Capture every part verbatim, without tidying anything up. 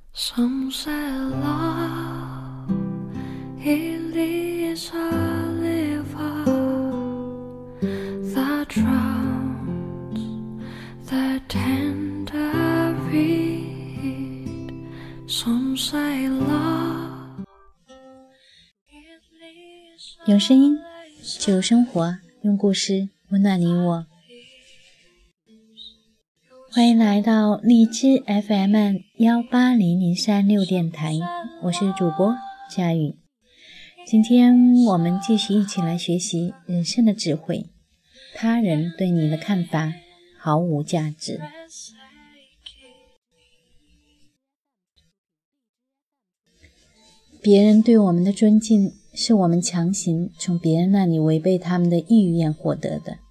Some say love it is a river that drowns the tender reed. Some say love it is a 用声音记录生活，用故事温暖你我。欢迎来到荔枝 F M 一八零零三六电台，我是主播佳宇。今天我们继续一起来学习人生的智慧。他人对你的看法毫无价值。别人对我们的尊敬，是我们强行从别人那里违背他们的意愿获得的。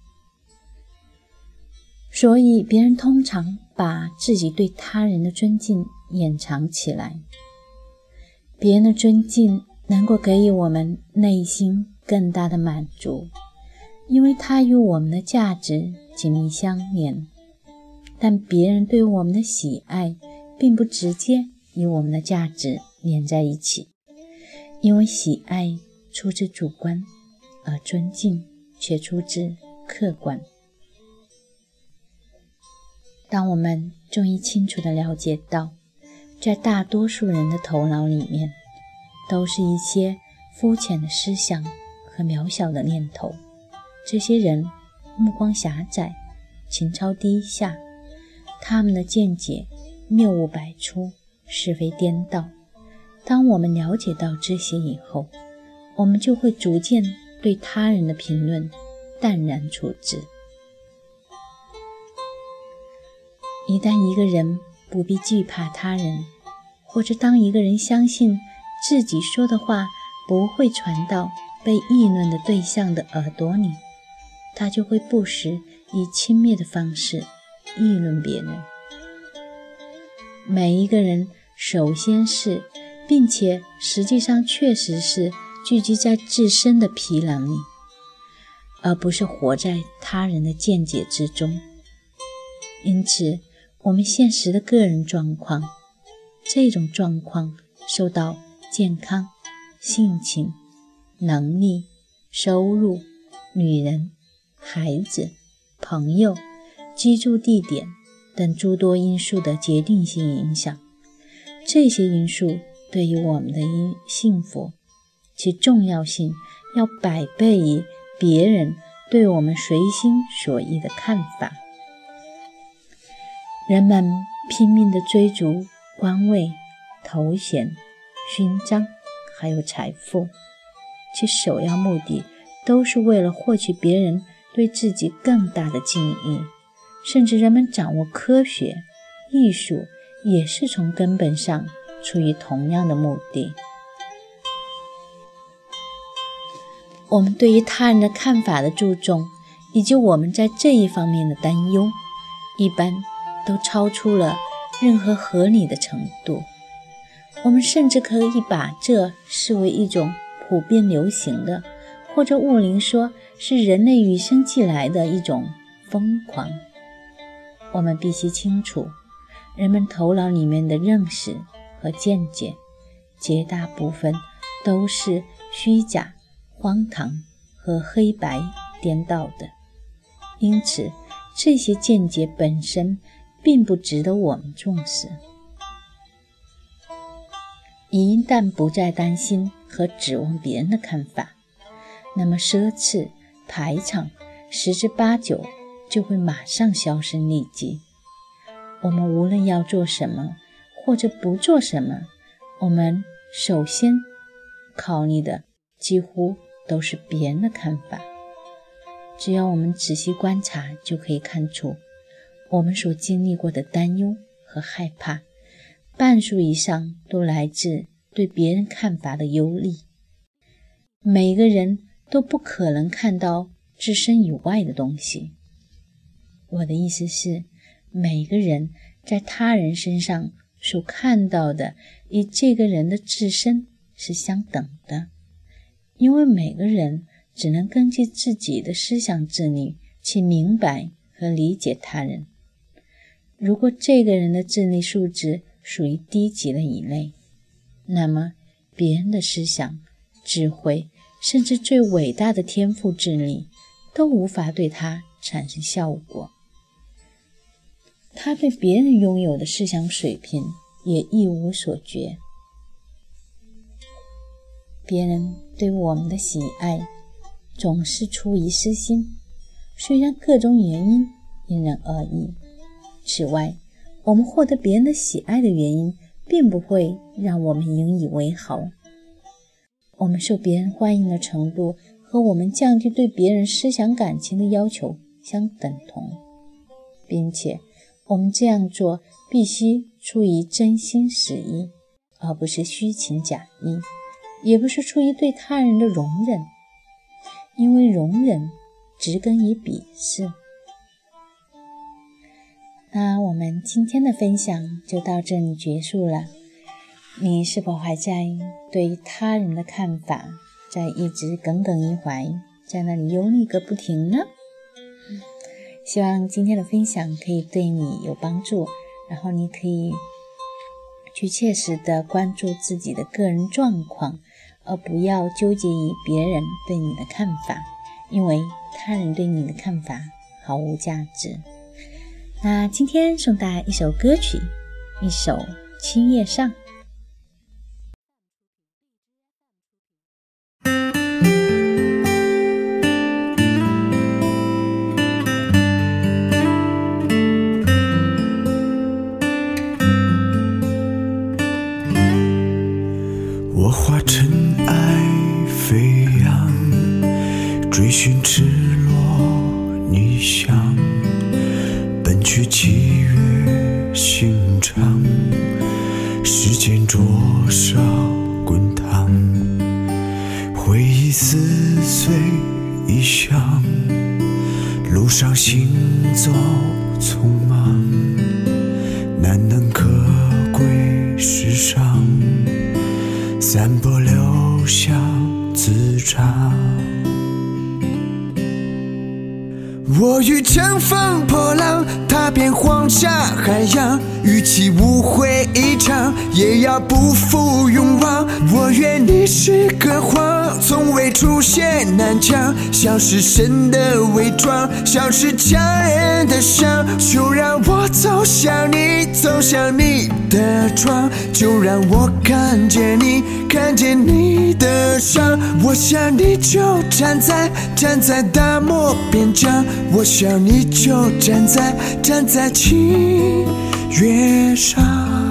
所以别人通常把自己对他人的尊敬掩藏起来。别人的尊敬能够给予我们内心更大的满足，因为它与我们的价值紧密相连。但别人对我们的喜爱并不直接与我们的价值连在一起，因为喜爱出自主观，而尊敬却出自客观。当我们终于清楚地了解到，在大多数人的头脑里面，都是一些肤浅的思想和渺小的念头。这些人目光狭窄，情操低下，他们的见解谬误百出，是非颠倒。当我们了解到这些以后，我们就会逐渐对他人的评论淡然处之。一旦一个人不必惧怕他人，或者当一个人相信自己说的话不会传到被议论的对象的耳朵里，他就会不时以轻蔑的方式议论别人。每一个人首先是，并且实际上确实是聚集在自身的皮囊里，而不是活在他人的见解之中。因此我们现实的个人状况，这种状况受到健康、性情、能力、收入、女人、孩子、朋友、居住地点等诸多因素的决定性影响。这些因素对于我们的幸福，其重要性要百倍于别人对我们随心所欲的看法。人们拼命地追逐官位、头衔、勋章，还有财富，其首要目的都是为了获取别人对自己更大的敬意。甚至人们掌握科学、艺术，也是从根本上出于同样的目的。我们对于他人的看法的注重，以及我们在这一方面的担忧，一般都超出了任何合理的程度。我们甚至可以把这视为一种普遍流行的，或者物灵说是人类与生俱来的一种疯狂。我们必须清楚，人们头脑里面的认识和见解，绝大部分都是虚假、荒唐和黑白颠倒的。因此这些见解本身并不值得我们重视。一旦不再担心和指望别人的看法，那么奢侈、排场十之八九就会马上销声匿迹。我们无论要做什么或者不做什么，我们首先考虑的几乎都是别人的看法。只要我们仔细观察，就可以看出我们所经历过的担忧和害怕，半数以上都来自对别人看法的忧虑。每个人都不可能看到自身以外的东西。我的意思是，每个人在他人身上所看到的与这个人的自身是相等的，因为每个人只能根据自己的思想智力去明白和理解他人。如果这个人的智力素质属于低级的一类，那么别人的思想、智慧，甚至最伟大的天赋智力，都无法对他产生效果。他对别人拥有的思想水平也一无所觉。别人对我们的喜爱总是出于私心，虽然各种原因因人而异。此外，我们获得别人的喜爱的原因并不会让我们引以为豪。我们受别人欢迎的程度和我们降低对别人思想感情的要求相等同，并且我们这样做必须出于真心实意，而不是虚情假意，也不是出于对他人的容忍，因为容忍植根于鄙视。那我们今天的分享就到这里结束了。你是否还在对他人的看法在一直耿耿于怀，在那里忧虑个不停呢？希望今天的分享可以对你有帮助，然后你可以去切实的关注自己的个人状况，而不要纠结于别人对你的看法，因为他人对你的看法毫无价值。那今天送大家一首歌曲，一首《青叶上》。 我化尘埃飞扬，追寻赤裸逆翔，奔去七月心肠，时间灼烧滚烫，回忆撕碎异乡，路上行走匆忙，难能可贵世上，散播留下自长。我欲乘风破浪，踏遍黄沙海洋，与其误会一场，也要不负勇往。我愿你是个谎，从未出现南墙，像是神的伪装，像是家人的伤。就让我走向你，走向你的窗，就让我看见你，看见你的伤。我想你就站在站在大漠边疆，我想你就站在站在青月上。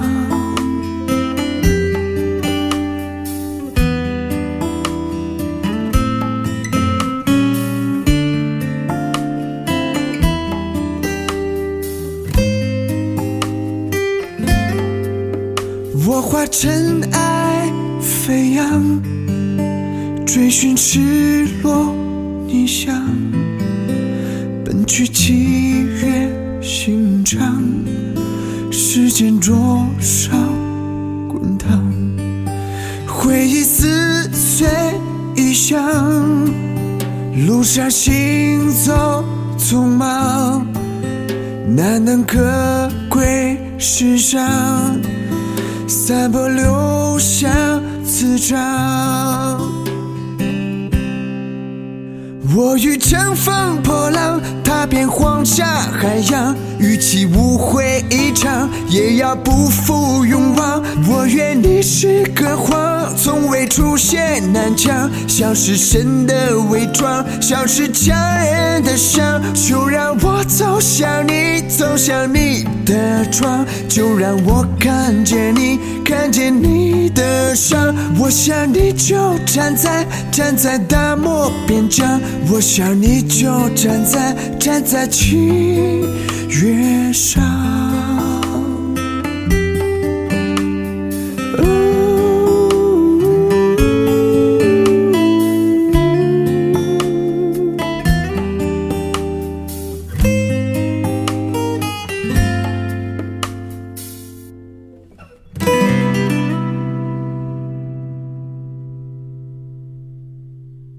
我化尘埃飞扬，追寻赤裸逆翔，奔去七月心肠，时间灼烧滚烫，回忆撕碎异乡，路上行走匆忙，难能可贵世上，散播留下磁场。我欲乘风破浪，踏遍黄沙海洋，与其误会一场，也要不负勇往。我愿你是个谎，从未出现南墙，像是神的伪装，像是家人的伤。就让我走向你，走向你的窗，就让我看见你，看见你的伤。我想你就站在站在大漠边疆，我想你就站在站在青月上。